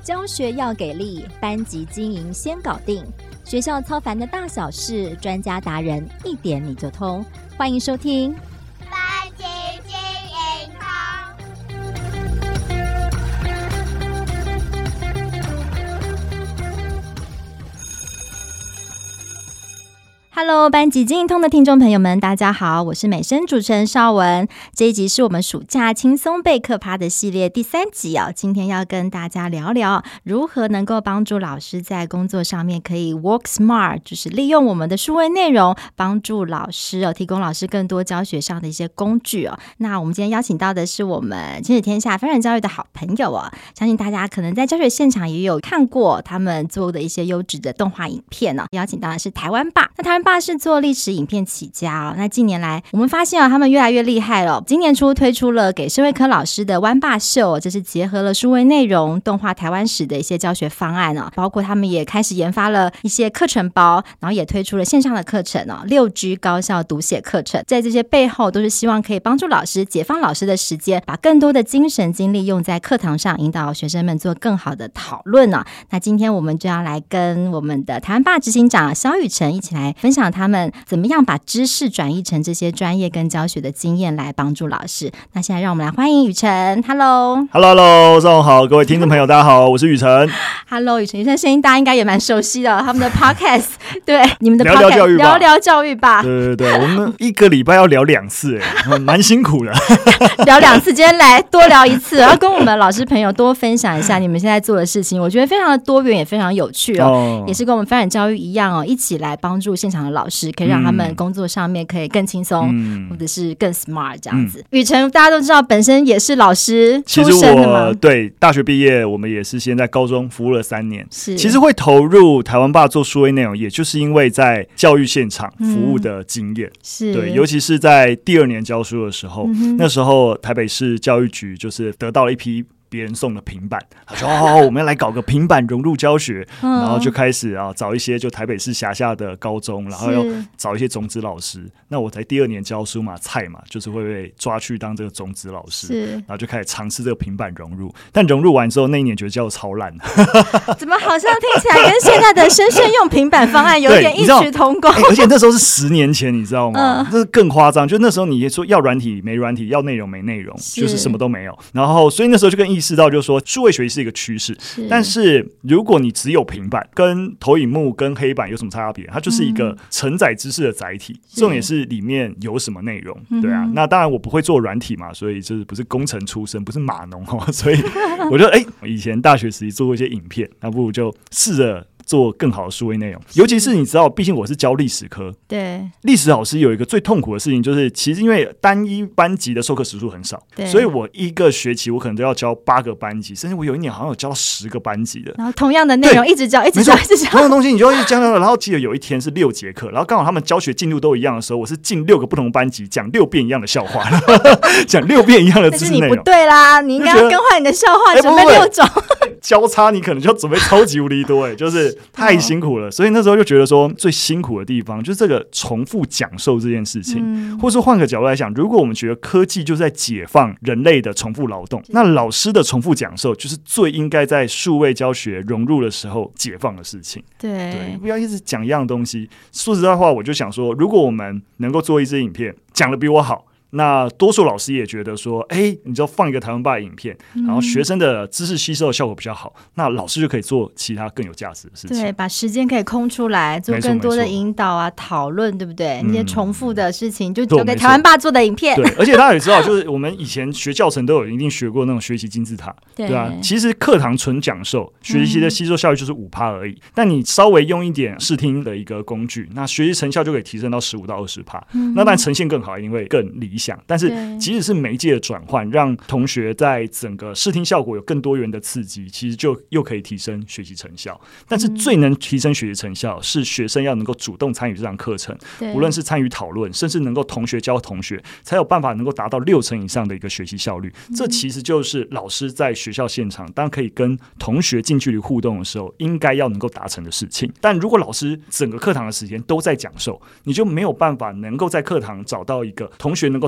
教学要给力，班级经营先搞定。学校操烦的大小事，专家达人一点你就通。欢迎收听班级经营通。 Hello， 班级经营通的听众朋友们，大家好，我是美声主持人邵文。这一集是我们暑假轻松备课趴的系列第3集哦。今天要跟大家聊聊如何能够帮助老师在工作上面可以 work smart， 就是利用我们的数位内容帮助老师哦，提供老师更多教学上的一些工具哦。那我们今天邀请到的是我们亲子天下翻转教育的好朋友哦，相信大家可能在教学现场也有看过他们做的一些优质的动画影片哦。邀请到的是台湾爸，那台湾爸是做历史影片起家哦。那近年来我们发现他们越来越厉害了。今年初推出了给社会科老师的湾爸秀，这是结合了数位内容、动画台湾史的一些教学方案哦。包括他们也开始研发了一些课程包，然后也推出了线上的课程哦，6G 高效读写课程。在这些背后，都是希望可以帮助老师解放老师的时间，把更多的精神精力用在课堂上，引导学生们做更好的讨论哦。那今天我们就要来跟我们的台湾爸执行长萧雨辰一起来分享他们怎么样把知识转译成这些专业跟教学的经验来帮助老师。那现在让我们来欢迎雨辰。 Hello， 上午好，各位听众朋友大家好，我是雨辰。 Hello， 雨辰声音大家应该也蛮熟悉的，他们的 podcast 对，你们的 podcast 聊聊教育吧。 对，我们一个礼拜要聊2次，蛮辛苦的。 聊2次，今天来多聊1次，然后跟我们老师朋友多分享一下你们现在做的事情，我觉得非常的多元，也非常有趣哦。也是跟我们发展教育一样哦，一起来帮助现场的老师，可以让他们工作上面可以更轻松，或者是更 smart 这样子。雨辰大家都知道本身也是老师出身的嘛， 对，大学毕业我们也是先在高中服务了3年。 是， 其实会投入台湾爸做数位内容，也就是因为在教育现场服务的经验。 是， 对，尤其是在第2年教书的时候，那时候台北市教育局就是得到了一批别人送的平板，他说我们要来搞个平板融入教学，然后就开始找一些就台北市辖下的高中，然后要找一些种子老师。那我才第2年教书嘛，菜嘛，就是会被抓去当这个种子老师，然后就开始尝试这个平板融入。但融入完之后，那一年觉得教的超烂， 怎么好像听起来跟现在的生生用平板方案有点异曲同工？ 而且那时候是10年前，你知道吗？这更夸张，就那时候你说要软体没软体，要内容没内容，就是什么都没有。然后所以那时候就跟意识到，就是说数位学习是一个趋势，但是如果你只有平板，跟投影幕跟黑板有什么差别？它就是一个承载知识的载体，重点是里面有什么内容，对啊。那当然我不会做软体嘛，所以就是不是工程出身，不是码农所以我觉得以前大学时期做过一些影片，那不如就试着做更好的数位内容。尤其是你知道，毕竟我是教历史科， 对， 历史老师有一个最痛苦的事情，就是其实因为单一班级的授课时数很少，所以我一个学期我可能都要教8个班级，甚至我有一年好像有教到10个班级的， 然后同样的内容一直教，同样的东西你就要一直教，然后记得有一天是6节课，然后刚好他们教学进度都一样的时候，我是进6个不同班级讲6遍一样的笑话，讲6遍一样的知识内容。 但是你不对啦，你应该要更换你的笑话，准备6种。 交叉你可能就要准备超级无敌多，就是太辛苦了。所以那时候就觉得说，最辛苦的地方就是这个重复讲授这件事情，或是换个角度来想，如果我们觉得科技就是在解放人类的重复劳动，那老师的重复讲授就是最应该在数位教学融入的时候解放的事情。对，不要一直讲一样东西。说实在话，我就想说，如果我们能够做一支影片，讲得比我好，那多数老师也觉得说，你只要放一个台湾爸的影片，然后学生的知识吸收的效果比较好，那老师就可以做其他更有价值的事情。 对，把时间可以空出来做更多的引导啊、讨论，对不对？那些重复的事情就交给台湾爸做的影片。 对，而且大家也知道，就是我们以前学教程都有一定学过那种学习金字塔，对啊。其实课堂纯讲授，学习的吸收效率就是 5% 而已，但你稍微用一点视听的一个工具，那学习成效就可以提升到15%到20%。那当然呈现更好，一定会更理想。但是即使是媒介的转换，让同学在整个视听效果有更多元的刺激，其实就又可以提升学习成效。但是最能提升学习成效是学生要能够主动参与这堂课程，无论是参与讨论，甚至能够同学教同学，才有办法能够达到60%以上的一个学习效率。这其实就是老师在学校现场当可以跟同学近距离互动的时候，应该要能够达成的事情。但如果老师整个课堂的时间都在讲授，你就没有办法能够在课堂找到一个同学能够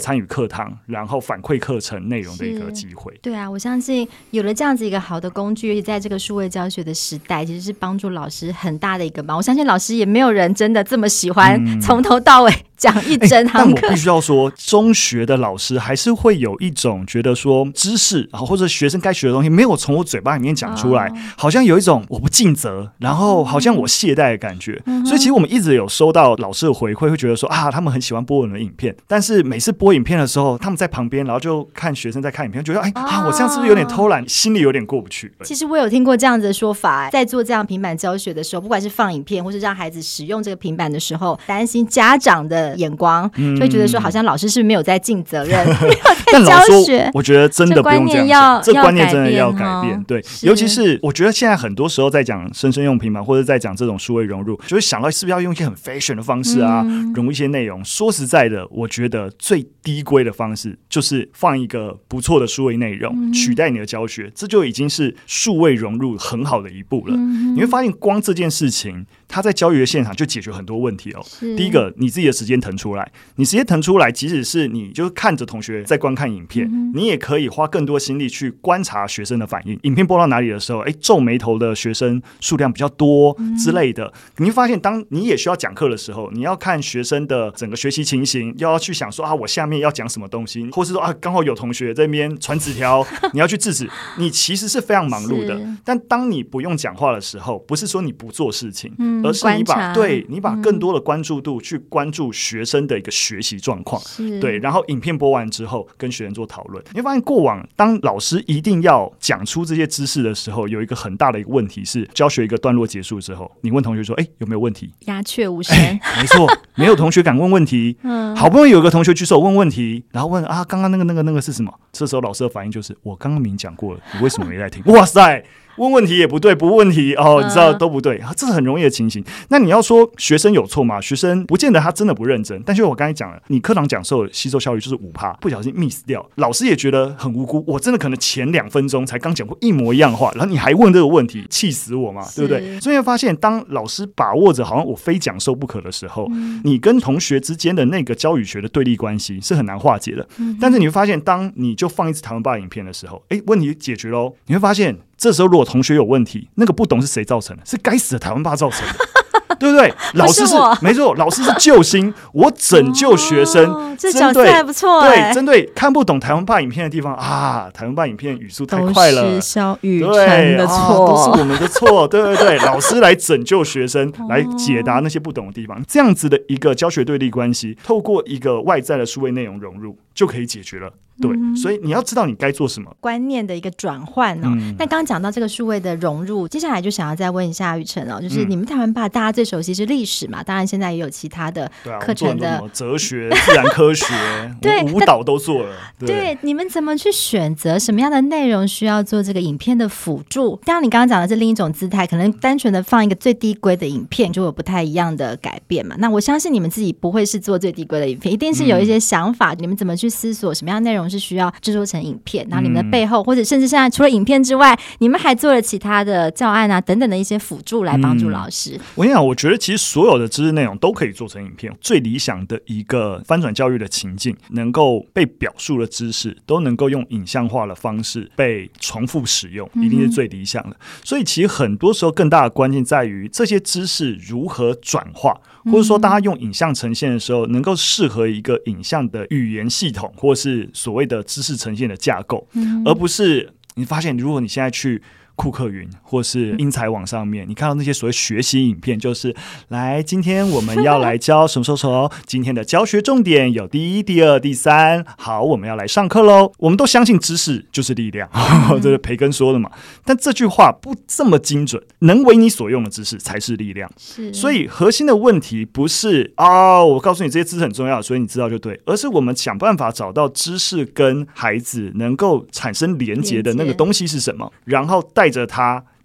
参与课堂，然后反馈课程内容的一个机会。 对啊，我相信有了这样子一个好的工具，尤其在这个数位教学的时代，其实是帮助老师很大的一个忙。我相信老师也没有人真的这么喜欢从头到尾讲一整堂课。 但我必须要说，中学的老师还是会有一种觉得说知识或者学生该学的东西没有从我嘴巴里面讲出来，好像有一种我不尽责，然后好像我懈怠的感觉。所以其实我们一直有收到老师的回馈，会觉得说他们很喜欢播我们的影片，但是每次播影片的时候，他们在旁边，然后就看学生在看影片，觉得我这样是不是有点偷懒，心里有点过不去。 其实我有听过这样子的说法，在做这样平板教学的时候，不管是放影片或是让孩子使用这个平板的时候，担心家长的眼光，就会觉得说好像老师是没有在尽责任，没有在教学。 我觉得真的不用这样想，这观念真的要改变。对，尤其是我觉得现在很多时候在讲生用平板或者在讲这种数位融入，就会想到是不是要用一些很 fashion 的方式融入一些内容。说实在的，我觉得最低规的方式就是放一个不错的数位内容取代你的教学，这就已经是数位融入很好的一步了。你会发现光这件事情它在教育的现场就解决很多问题第一个，你自己的时间腾出来，你时间腾出来，即使是你就看着同学在观看影片，你也可以花更多心力去观察学生的反应。影片播到哪里的时候，皱眉头的学生数量比较多之类的，你会发现当你也需要讲课的时候，你要看学生的整个学习情形，又要去想说我下面要讲什么东西，或是说刚好有同学在那边传纸条，你要去制止，你其实是非常忙碌的。但当你不用讲话的时候，不是说你不做事情，而是你把更多的关注度去关注学生的一个学习状况，对，然后影片播完之后跟学生做讨论。你会发现过往当老师一定要讲出这些知识的时候，有一个很大的一个问题是，教学一个段落结束之后，你问同学说有没有问题， 鸦雀无声没错，没有同学敢问问题好不容易有一个同学举手问问题，然后问刚刚那个是什么，这时候老师的反应就是我刚刚明讲过了，你为什么没来听？哇塞，问问题也不对，不问问题你知道都不对，这是很容易的情形。那你要说学生有错吗？学生不见得他真的不认真，但是我刚才讲了，你课堂讲授吸收效率就是 5%， 不小心 miss 掉，老师也觉得很无辜，我真的可能前2分钟才刚讲过一模一样的话，然后你还问这个问题，气死我嘛，对不对？所以会发现当老师把握着好像我非讲授不可的时候，你跟同学之间的那个教与学的对立关系是很难化解的。但是你会发现当你就放一支台湾爸影片的时候，问题解决咯，你会发现这时候如果同学有问题，那个不懂是谁造成的？是该死的台湾爸造成的对不对？老师是没错，老师是救星，我拯救学生， 这角色还不错对，针对看不懂台湾爸影片的地方台湾爸影片语速太快了， 都是萧雨辰的错， 都是我们的错，对，老师来拯救学生，来解答那些不懂的地方，这样子的一个教学对立关系，透过一个外在的数位内容融入就可以解决了。对，所以你要知道你该做什么， 观念的一个转换但刚刚讲到这个数位的融入，接下来就想要再问一下雨辰就是你们台湾爸大家最熟悉是历史嘛，当然现在也有其他的课程的什么哲学、自然科学对，舞蹈都做了。 对，你们怎么去选择什么样的内容需要做这个影片的辅助？当然你刚刚讲的是另一种姿态，可能单纯的放一个最低规的影片就有不太一样的改变嘛。那我相信你们自己不会是做最低规的影片，一定是有一些想法，你们怎么去思索什么样的内容是需要制作成影片，然后你们的背后或者甚至现在除了影片之外，你们还做了其他的教案等等的一些辅助来帮助老师。 我跟你讲，我觉得其实所有的知识内容都可以做成影片，最理想的一个翻转教育的情境，能够被表述的知识都能够用影像化的方式被重复使用，一定是最理想的。所以其实很多时候更大的关键在于这些知识如何转化，或者说大家用影像呈现的时候能够适合一个影像的语言系统，或是所谓的知识呈现的架构，而不是你发现如果你现在去酷课云或是英才网上面，你看到那些所谓学习影片，就是来今天我们要来教什么今天的教学重点有第1、第2、第3，好，我们要来上课咯。我们都相信知识就是力量这是培根说的嘛，但这句话不这么精准，能为你所用的知识才是力量。所以核心的问题不是我告诉你这些知识很重要，所以你知道就对，而是我们想办法找到知识跟孩子能够产生连结的那个东西是什么，然后带着他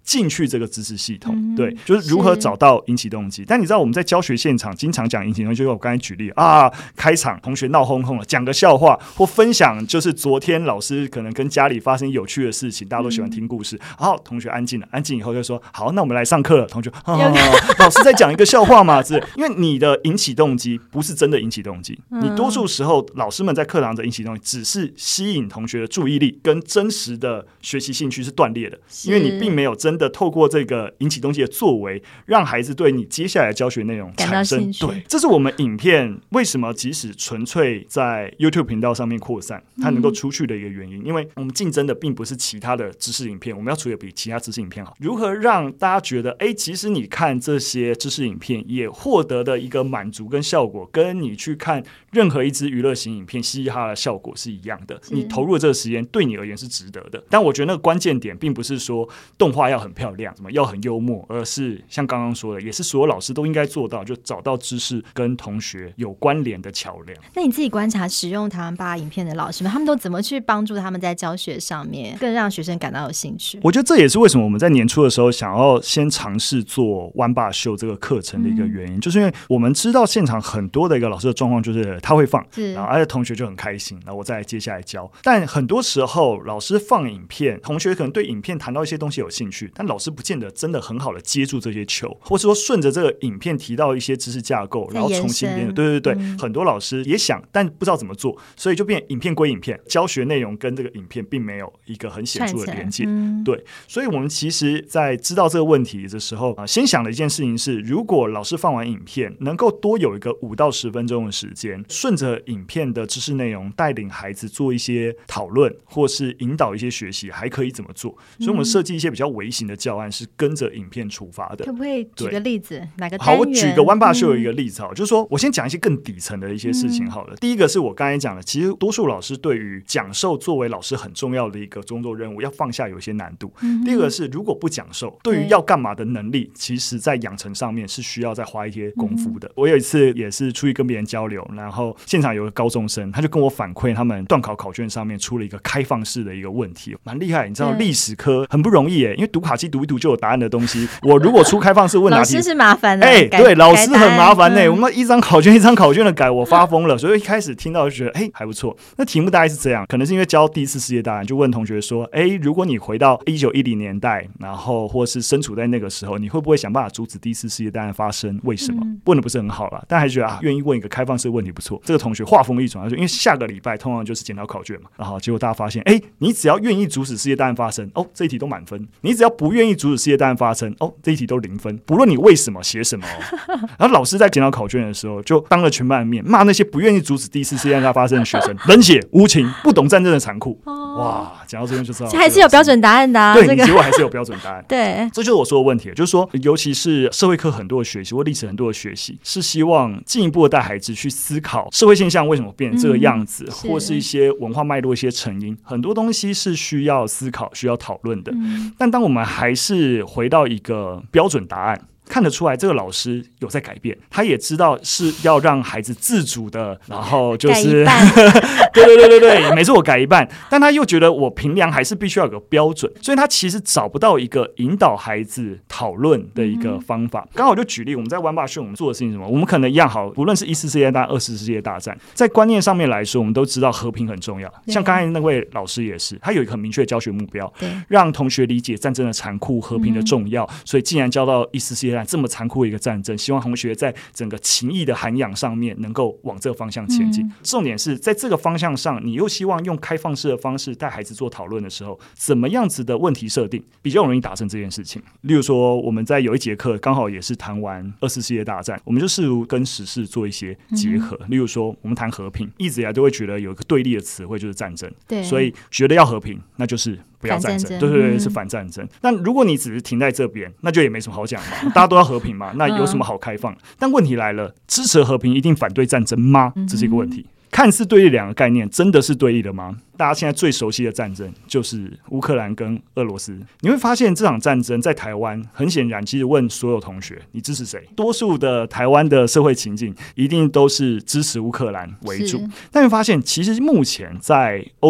进去这个知识系统。对，就是如何找到引起动机。但你知道我们在教学现场经常讲引起动机，就是我刚才举例开场同学闹哄哄了，讲个笑话或分享，就是昨天老师可能跟家里发生有趣的事情，大家都喜欢听故事。然后同学安静了，安静以后就说好，那我们来上课了。同学老师在讲一个笑话嘛，因为你的引起动机不是真的引起动机，你多数时候老师们在课堂的引起动机只是吸引同学的注意力，跟真实的学习兴趣是断裂的，因为你并没有真的透过这个引起动机的作为，让孩子对你接下来的教学内容产生对，这是我们影片为什么即使纯粹在 YouTube 频道上面扩散，它能够出去的一个原因。因为我们竞争的并不是其他的知识影片，我们要处理比其他知识影片好。如何让大家觉得其实你看这些知识影片也获得的一个满足跟效果，跟你去看任何一支娱乐型影片嘻嘻哈哈的效果是一样的，你投入的这个时间对你而言是值得的。但我觉得那个关键点并不是说动画要很漂亮，什么要很幽默，而是像刚刚说的，也是所有老师都应该做到，就找到知识跟同学有关联的桥梁。 那你自己观察使用台湾吧影片的老师们，他们都怎么去帮助他们在教学上面更让学生感到有兴趣？我觉得这也是为什么我们在年初的时候想要先尝试做湾吧秀这个课程的一个原因，就是因为我们知道现场很多的一个老师的状况就是他会放，然后而且同学就很开心，然后我再接下来教。但很多时候老师放影片，同学可能对影片谈到一些东西有兴趣，但老师不见得真的很好的接住这些球，或是说顺着这个影片提到一些知识架构，然后重新编。对，很多老师也想，但不知道怎么做，所以就变影片归影片，教学内容跟这个影片并没有一个很显著的连接。对，所以我们其实在知道这个问题的时候，先想的一件事情是，如果老师放完影片能够多有一个5到10分钟的时间，顺着影片的知识内容带领孩子做一些讨论，或是引导一些学习，还可以怎么做？所以我们设计一些比较微型的教案，是跟着影片出发的。 可不可以举个例子？哪个单元？ 好，我举个湾吧秀有一个例子，就是说我先讲一些更底层的一些事情好了。第一个是我刚才讲的，其实多数老师对于讲授作为老师很重要的一个工作任务，要放下有些难度。第二个是如果不讲授，对于要干嘛的能力，其实在养成上面是需要再花一些功夫的。我有一次也是出去跟别人交流，然后现场有个高中生，他就跟我反馈他们段考考卷上面出了一个开放式的一个问题，蛮厉害。你知道历史科很不容易耶，因为读卡机读一读就有答案的东西，我如果出开放式问答题， 老师是麻烦的。 对，老师很麻烦我们一张考卷一张考卷的改，我发疯了。所以一开始听到就觉得还不错。那题目大概是这样，可能是因为教第一次世界大战，就问同学说如果你回到1910年代，然后或是身处在那个时候，你会不会想办法阻止第一次世界大战发生？为什么？问的不是很好啦，但还觉得愿意问一个开放式问题不错。这个同学话锋一转，他说因为下个礼拜通常就是检讨考卷嘛，然后结果大家发现你只要愿意阻止世界大战发生这一题都满分，你只要不愿意阻止世界大战发生这一题都0分，不论你为什么写什么然后老师在检讨考卷的时候就当着全班的面骂那些不愿意阻止第一次世界大战发生的学生冷血无情，不懂战争的残酷。哇，讲到这边就知道还是有标准答案的对，结果还是有标准答案对， 这就是我说的问题，就是说尤其是社会科很多的学习或历史很多的学习，是希望进一步的带孩子去思考社会现象为什么变成这个样子，或是一些文化脉络一些成因，很多东西是需要思考需要讨论的。但当我们还是回到一个标准答案，看得出来这个老师有在改变，他也知道是要让孩子自主的，然后就是对，每次我改一半，但他又觉得我评量还是必须要有个标准，所以他其实找不到一个引导孩子讨论的一个方法。刚好就举例，我们在湾吧秀我们做的事情是什么？我们可能一样好，不论是1次世界大战、2次世界大战，在观念上面来说，我们都知道和平很重要。像刚才那位老师也是，他有一个很明确的教学目标，让同学理解战争的残酷、和平的重要。所以既然教到1次世界大战这么残酷的一个战争，希望同学在整个情谊的涵养上面能够往这个方向前进。重点是在这个方向上，你又希望用开放式的方式带孩子做讨论的时候，怎么样子的问题设定比较容易达成这件事情。例如说我们在有一节课刚好也是谈完2次世界大战，我们就试图跟时事做一些结合。例如说我们谈和平，一直以来都会觉得有一个对立的词汇就是战争，所以觉得要和平那就是不要战争，对，是反战争。但如果你只是停在这边，那就也没什么好讲嘛，大家都要和平嘛，那有什么好开放？但问题来了，支持和平一定反对战争吗？这是一个问题。看似对立两个概念，真的是对立的吗？大家现在最熟悉的战争就是乌克兰跟俄罗斯。你会发现这场战争在台湾，很显然，其实问所有同学，你支持谁？多数的台湾的社会情境一定都是支持乌克兰为主。但你会发现，其实目前在欧洲，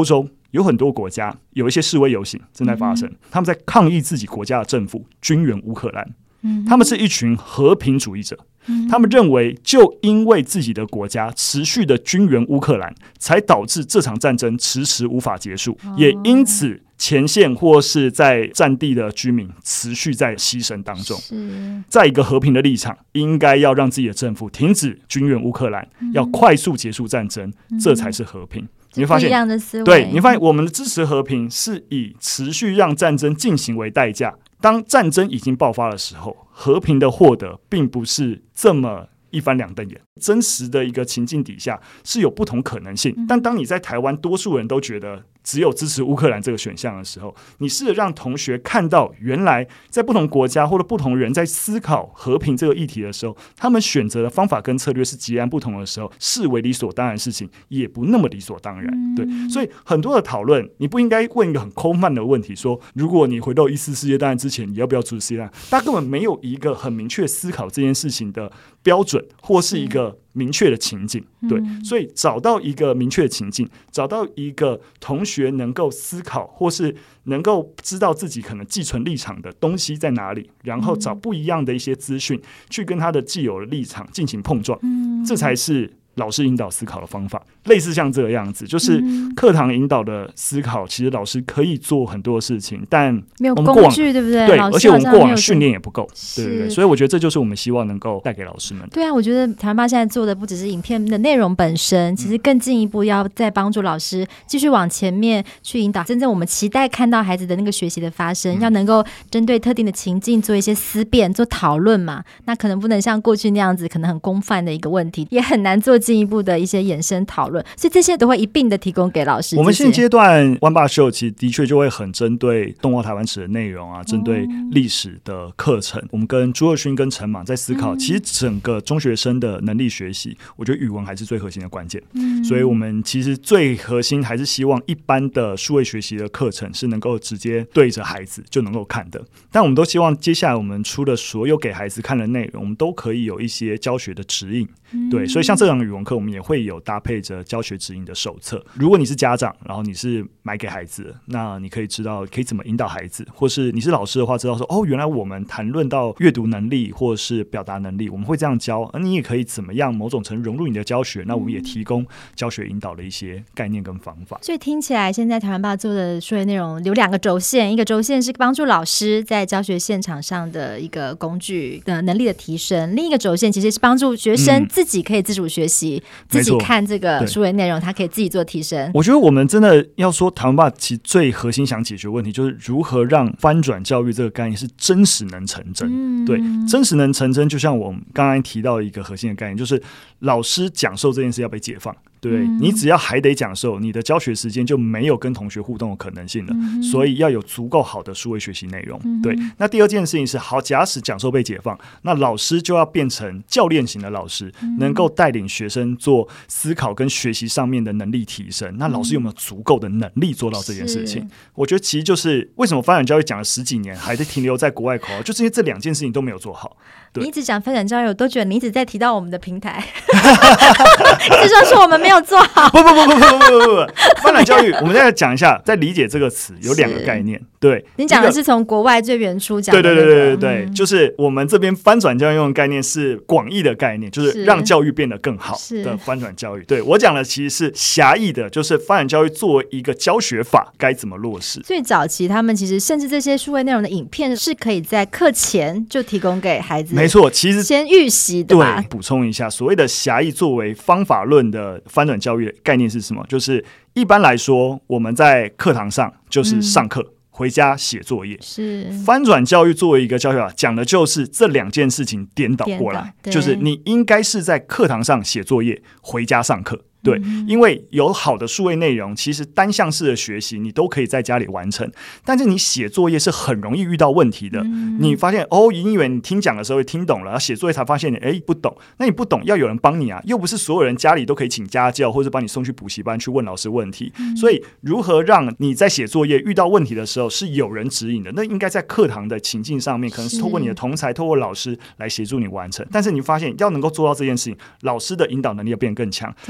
有很多国家有一些示威游行正在发生，他们在抗议自己国家的政府军援乌克兰。他们是一群和平主义者，他们认为就因为自己的国家持续的军援乌克兰，才导致这场战争迟迟无法结束，也因此前线或是在战地的居民持续在牺牲当中。在一个和平的立场，应该要让自己的政府停止军援乌克兰，要快速结束战争，这才是和平。你会发现，对，你发现我们的支持和平是以持续让战争进行为代价。当战争已经爆发的时候，和平的获得并不是这么一翻两瞪眼，真实的一个情境底下是有不同可能性。但当你在台湾多数人都觉得只有支持乌克兰这个选项的时候，你试着让同学看到原来在不同国家或者不同人在思考和平这个议题的时候，他们选择的方法跟策略是截然不同的时候，视为理所当然的事情也不那么理所当然。对，所以很多的讨论你不应该问一个很空泛的问题，说如果你回到1次世界大战之前，你要不要阻止世界大战？大家根本没有一个很明确思考这件事情的标准或是一个明确的情境。对，所以找到一个明确的情境，找到一个同学能够思考或是能够知道自己可能寄存立场的东西在哪里，然后找不一样的一些资讯去跟他的既有的立场进行碰撞，这才是老师引导思考的方法。类似像这个样子，就是课堂引导的思考，其实老师可以做很多事情，但没有工具，对不对？ 对，而且我们过往训练也不够，对对对。所以我觉得这就是我们希望能够带给老师们。 对啊，我觉得台湾爸现在做的不只是影片的内容本身，其实更进一步要再帮助老师继续往前面去引导真正我们期待看到孩子的那个学习的发生，要能够针对特定的情境做一些思辨、做讨论嘛。那可能不能像过去那样子，可能很公范的一个问题，也很难做进一步的一些衍生讨论，所以这些都会一并的提供给老师。 我们现阶段湾爸秀其实的确就会很针对动画台湾史的内容啊，针对历史的课程，我们跟朱二勋跟陈莽在思考，其实整个中学生的能力学习，我觉得语文还是最核心的关键。所以我们其实最核心还是希望一般的数位学习的课程是能够直接对着孩子就能够看的，但我们都希望接下来我们出的所有给孩子看的内容，我们都可以有一些教学的指引。对，所以像这种语文课我们也会有搭配着教学指引的手册。如果你是家长，然后你是买给孩子的，那你可以知道可以怎么引导孩子，或是你是老师的话知道说，哦，原来我们谈论到阅读能力或是表达能力我们会这样教，而你也可以怎么样某种程度融入你的教学，那我们也提供教学引导的一些概念跟方法。 所以听起来现在台湾爸做的数位内容有2个轴线，一个轴线是帮助老师在教学现场上的一个工具的能力的提升，另一个轴线其实是帮助学生自己可以自主学习，自己看这个数位内容他可以自己做提升。 我觉得我们真的要说台湾爸其实最核心想解决问题就是如何让翻转教育这个概念是真实能成真。对，真实能成真就像我们刚刚提到一个核心的概念，就是老师讲授这件事要被解放。对，你只要还得讲授，你的教学时间就没有跟同学互动的可能性了，所以要有足够好的数位学习内容。对，那第二件事情是，好，假使讲授被解放，那老师就要变成教练型的老师，能够带领学生做思考跟学习上面的能力提升。那老师有没有足够的能力做到这件事情？我觉得其实就是为什么发展教育讲了10几年还在停留在国外口号，就是因为这2件事情都没有做好。 你一直讲发展教育，我都觉得你一直在提到我们的平台一直说我们没有做好。 不，发展教育我们再讲一下，再理解这个词有2个概念。对， 你讲的是从国外最原初讲的、那个、对，就是我们这边翻转教育用的概念是广义的概念，就是让教育变得更好的翻转教育。对，我讲的其实是狭义的，就是发展教育作为一个教学法该怎么落实。 最早期他们其实甚至这些数位内容的影片是可以在课前就提供给孩子， 没错，其实先预习的吧。 对，补充一下，所谓的狭义作为方法论的翻转教育的概念是什么？就是一般来说我们在课堂上就是上课、回家写作业，是翻转教育作为一个教学法，讲的就是这2件事情颠倒过来，就是你应该是在课堂上写作业，回家上课。对，因为有好的数位内容，其实单向式的学习你都可以在家里完成，但是你写作业是很容易遇到问题的。你发现你以为你听讲的时候听懂了，然后写作业才发现你不懂，那你不懂要有人帮你啊，又不是所有人家里都可以请家教或者帮你送去补习班去问老师问题。所以如何让你在写作业遇到问题的时候是有人指引的，那应该在课堂的情境上面，可能是透过你的同侪，透过老师来协助你完成。但是你发现要能够做到这件事情，老师的引导能力要变更强，在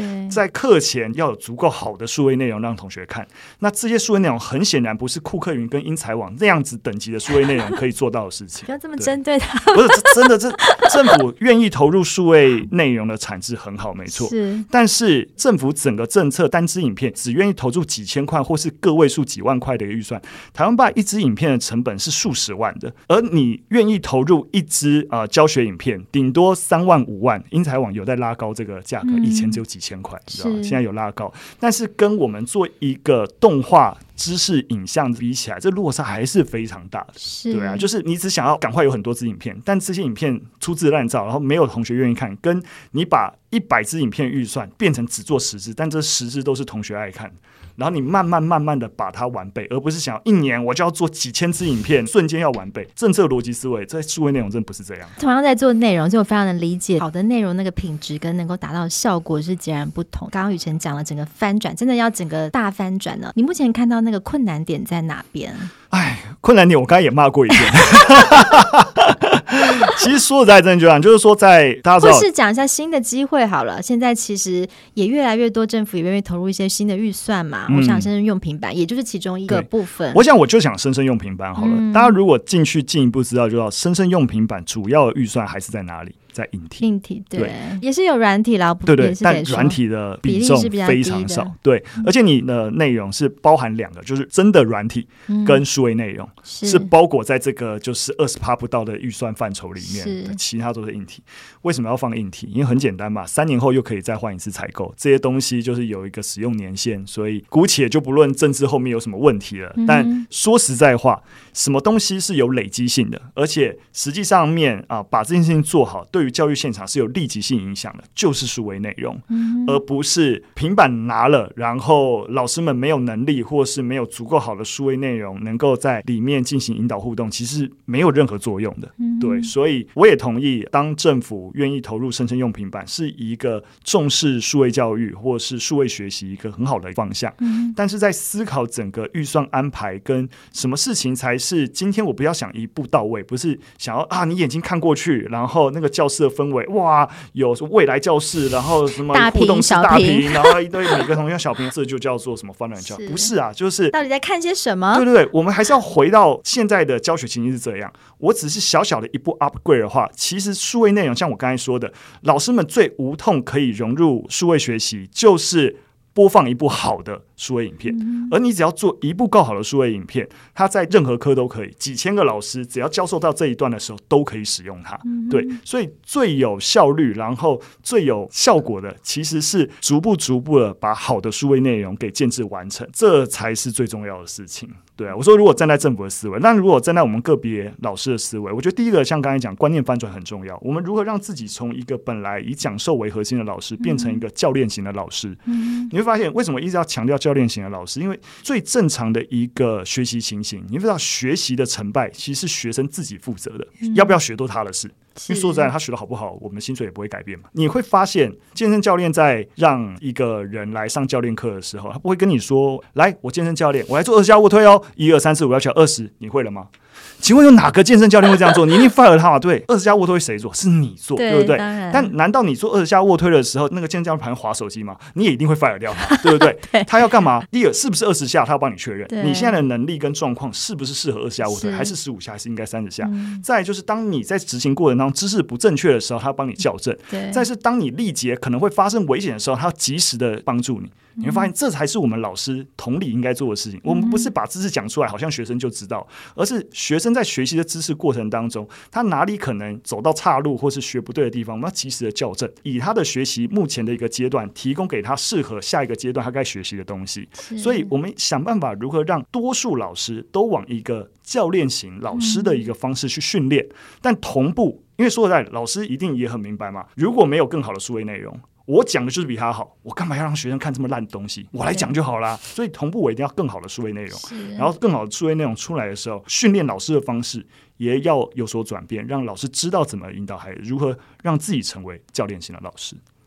在课前要有足够好的数位内容让同学看，那这些数位内容很显然不是库克云跟英才网那样子等级的数位内容可以做到的事情。 不要这么针对他， 不是真的，这政府愿意投入数位内容的产值很好，没错。但是政府整个政策单支影片只愿意投入几千块或是个位数几万块的一个预算，台湾吧一支影片的成本是数十万的，而你愿意投入一支教学影片顶多3万5万，英才网有在拉高这个价格，以前只有几千块，你知道吗？现在有拉高，但是跟我们做一个动画知识影像比起来，这落差还是非常大的。对啊，就是你只想要赶快有很多支影片，但这些影片粗制滥造，然后没有同学愿意看，跟你把100支影片预算变成只做10支，但这10支都是同学爱看，然后你慢慢的把它完备，而不是想要1年我就要做几千支影片，瞬间要完备。政策逻辑思维在数位内容真的不是这样。 同样在做内容，就我非常的理解，好的内容那个品质跟能够达到的效果是截然不同。刚刚宇辰讲了整个翻转，真的要整个大翻转呢。你目前看到那个困难点在哪边？ 困难点我刚才也骂过一遍。其实说实在真的就这样，就是说在大家知道， 或是讲一下新的机会好了。现在其实也越来越多政府也愿意投入一些新的预算嘛。我想生生用平板也就是其中一个部分。 我想我就想生生用平板好了。大家如果进一步知道，就知道生生用平板主要的预算还是在哪里？在硬体， 对，也是有软体啦， 对，但软体的比重非常少，对，而且你的内容是包含2个，就是真的软体跟数位内容，是包裹在这个就是 20% 不到的预算范畴里面，其他都是硬体。为什么要放硬体？因为很简单嘛，3年后又可以再换一次采购，这些东西就是有一个使用年限，所以姑且就不论政治后面有什么问题了。但说实在话，什么东西是有累积性的，而且实际上面把这件事情做好，对于教育现场是有立即性影响的，就是数位内容，而不是平板拿了，然后老师们没有能力或是没有足够好的数位内容能够在里面进行引导互动，其实没有任何作用的。对，所以我也同意，当政府愿意投入生生用平板，是一个重视数位教育或是数位学习一个很好的方向。但是在思考整个预算安排跟什么事情才是今天我不要想一步到位，不是想要你眼睛看过去，然后那个教室的氛围，哇，有未来教室，然后什么互动式大屏，然后一堆每个同学小屏，这就叫做什么翻转教育？不是啊，就是到底在看些什么？ 对，我们还是要回到现在的教学情境是这样。我只是小小的一步 upgrade 的话，其实数位内容像我刚才说的，老师们最无痛可以融入数位学习，就是播放一部好的数位影片，而你只要做一部够好的数位影片，它在任何科都可以，几千个老师只要教授到这一段的时候都可以使用它。对，所以最有效率然后最有效果的其实是逐步的把好的数位内容给建制完成，这才是最重要的事情。对啊，我说如果站在政府的思维，那如果站在我们个别老师的思维，我觉得第一个像刚才讲观念翻转很重要，我们如何让自己从一个本来以讲授为核心的老师变成一个教练型的老师。你会发现为什么一直要强调教练型的老师，因为最正常的一个学习情形，你知道学习的成败其实是学生自己负责的，要不要学都他的事。因为说实在他学的好不好，我们的薪水也不会改变嘛。你会发现健身教练在让一个人来上教练课的时候，他不会跟你说，来，我健身教练，我来做20下卧推哦，1、2、3、4、5要起来20，你会了吗？请问有哪个健身教练会这样做？你一定 fire 他嘛？对，20下卧推谁做？是你做， 对不对？但难道你做20下卧推的时候，那个健身教练旁边滑手机吗？你也一定会 fire 掉他，对不对？ 对， 他要干嘛？第二，是不是20下？他要帮你确认你现在的能力跟状况是不是适合20下卧推，还是15下，还是应该30下？再来就是当你在执行过程当中知识不正确的时候，他要帮你校正。再是当你力竭可能会发生危险的时候，他要及时的帮助你。你会发现这才是我们老师同理应该做的事情。我们不是把知识讲出来好像学生就知道，而是学生在学习的知识过程当中，他哪里可能走到岔路或是学不对的地方，我们要及时的校正，以他的学习目前的一个阶段提供给他适合下一个阶段他该学习的东西。所以我们想办法如何让多数老师都往一个教练型老师的一个方式去训练，但同步，因为说实在老师一定也很明白嘛，如果没有更好的数位内容，我讲的就是比他好，我干嘛要让学生看这么烂的东西？我来讲就好啦。所以同步我一定要更好的数位内容，然后更好的数位内容出来的时候，训练老师的方式也要有所转变，让老师知道怎么引导孩子，如何让自己成为教练型的老师。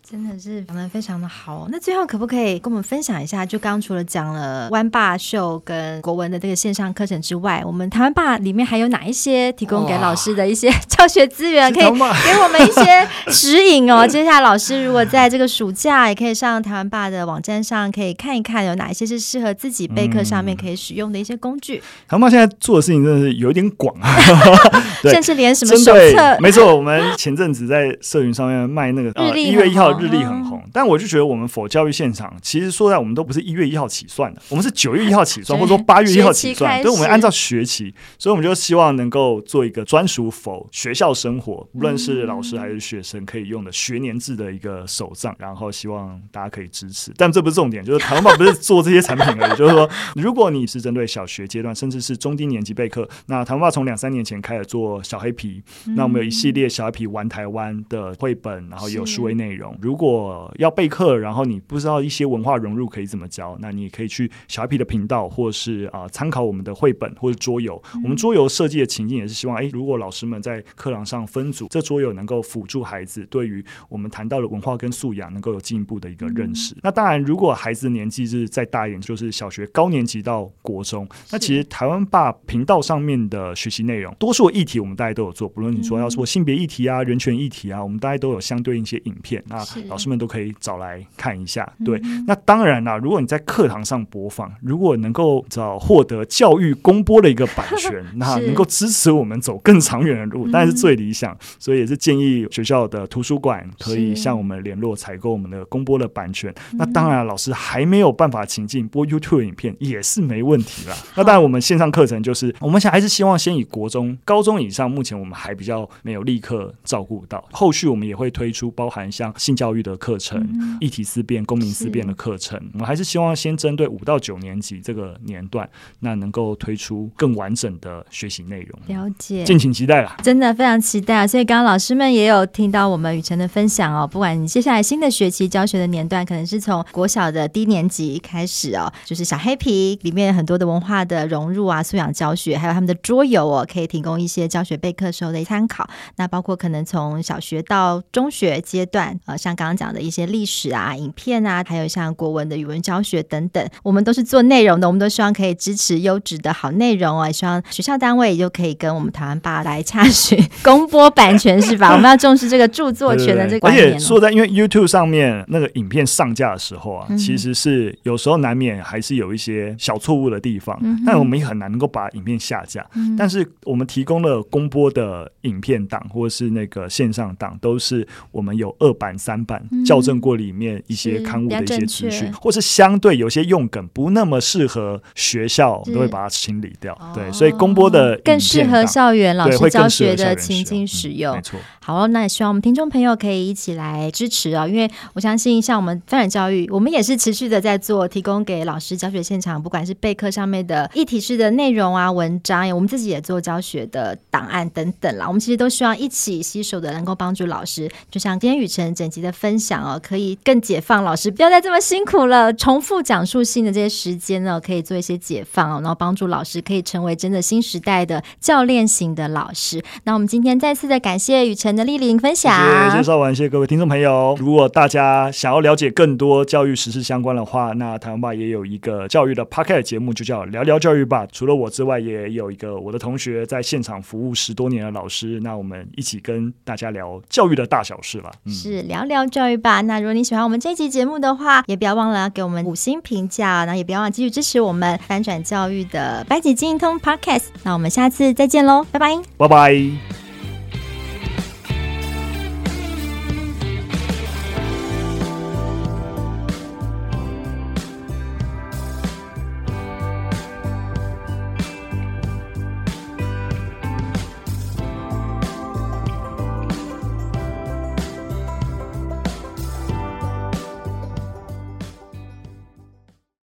真的是讲得非常的好。那最后可不可以跟我们分享一下，就刚刚除了讲了湾霸秀跟国文的这个线上课程之外，我们台湾霸里面还有哪一些提供给老师的一些教学资源，可以给我们一些指引哦？接下来老师如果在这个暑假也可以上台湾霸的网站上可以看一看，有哪一些是适合自己备课上面可以使用的一些工具。 台湾霸现在做的事情真的是有一点广甚至连什么手册， 没错，我们前阵子在社群上面卖那个1月1号日历很红，但我就觉得我们否教育现场其实说在我们都不是1月1号起算的，我们是9月1号起算，或者说8月1号起算，对，我们按照学期，所以我们就希望能够做一个专属否学校生活，无论是老师还是学生可以用的学年制的一个手账，然后希望大家可以支持。但这不是重点，就是台湾霸不是做这些产品而已，就是说如果你是针对小学阶段甚至是中低年级备课，那台湾霸从2-3年前开始做小黑皮，那我们有一系列小黑皮玩台湾的绘本，然后也有数位内容。如果要备课，然后你不知道一些文化融入可以怎么教，那你也可以去小黑皮的频道，或是参考我们的绘本或者桌游。我们桌游设计的情境也是希望，如果老师们在课堂上分组，这桌游能够辅助孩子对于我们谈到的文化跟素养能够有进一步的一个认识。那当然，如果孩子年纪是再大一点，就是小学高年级到国中，那其实台湾霸频道上面的学习内容，多数的议题我们大家都有做，不论你说要说性别议题啊、人权议题啊，我们大家都有相对应一些影片，那老师们都可以找来看一下。对，那当然啦，如果你在课堂上播放，如果能够获得教育公播的一个版权，那能够支持我们走更长远的路，当然是最理想。所以也是建议学校的图书馆可以向我们联络采购我们的公播的版权。那当然老师还没有办法情境播 YouTube 的影片也是没问题啦。那当然我们线上课程就是我们还是希望先以国中高中以上，目前我们还比较没有立刻照顾到，后续我们也会推出包含像性教育的课程、议题思辨、公民思辨的课程。我们还是希望先针对5到9年级这个年段，那能够推出更完整的学习内容。 了解， 敬请期待啦， 真的非常期待。所以刚刚老师们也有听到我们雨辰的分享哦，不管你接下来新的学期教学的年段，可能是从国小的低年级开始哦，就是小黑皮里面很多的文化的融入啊、素养教学，还有他们的桌游哦，可以提供一些教学备课时候的参考。那包括可能从小学到中学阶段，像刚刚讲的一些历史啊、影片啊，还有像国文的语文教学等等，我们都是做内容的，我们都希望可以支持优质的好内容哦，也希望学校单位就可以跟我们台湾霸来洽询公播版权是吧？我们要重视这个著作权的这个观念。 而且说在因为 YouTube 上面那个影片上架的时候啊，其实是有时候难免还是有一些小错误的地方，但我们也很难能够把影片下架。但是我们提供了公播的影片档或是那个线上档，都是我们有2版3版校正过里面一些刊物的一些资讯，或是相对有些用梗不那么适合学校，都会把它清理掉。对，所以公播的影片更适合校园老师教学的情境使用。 没错。 好，那也希望我们听众朋友可以一起来支持因为我相信像我们发展教育，我们也是持续的在做提供给老师教学现场，不管是备课上面的议题式的内容啊、文章，我们自己也做教学的档案等等啦。我们其实都希望一起携手的能够帮助老师，就像今天雨辰整集的分享可以更解放老师，不要再这么辛苦了，重复讲述性的这些时间可以做一些解放然后帮助老师可以成为真的新时代的教练型的老师。那我们今天再次的感谢雨辰的莅临分享， 谢谢邵文，谢谢各位听众朋友。如果大家想要了解更多教育时事相关的话，那台湾霸也有一个教育的 Podcast 节目，就叫聊聊教育吧。除了我之外，也有一个我的同学在现场服务10多年的老师，那我们一起跟大家聊教育的大小事吧。 是聊聊教育吧。那如果你喜欢我们这期节目的话，也不要忘了给我们5星评价，然后也不要忘了继续支持我们翻转教育的班级经营通 Podcast。那我们下次再见喽，拜拜， 拜拜。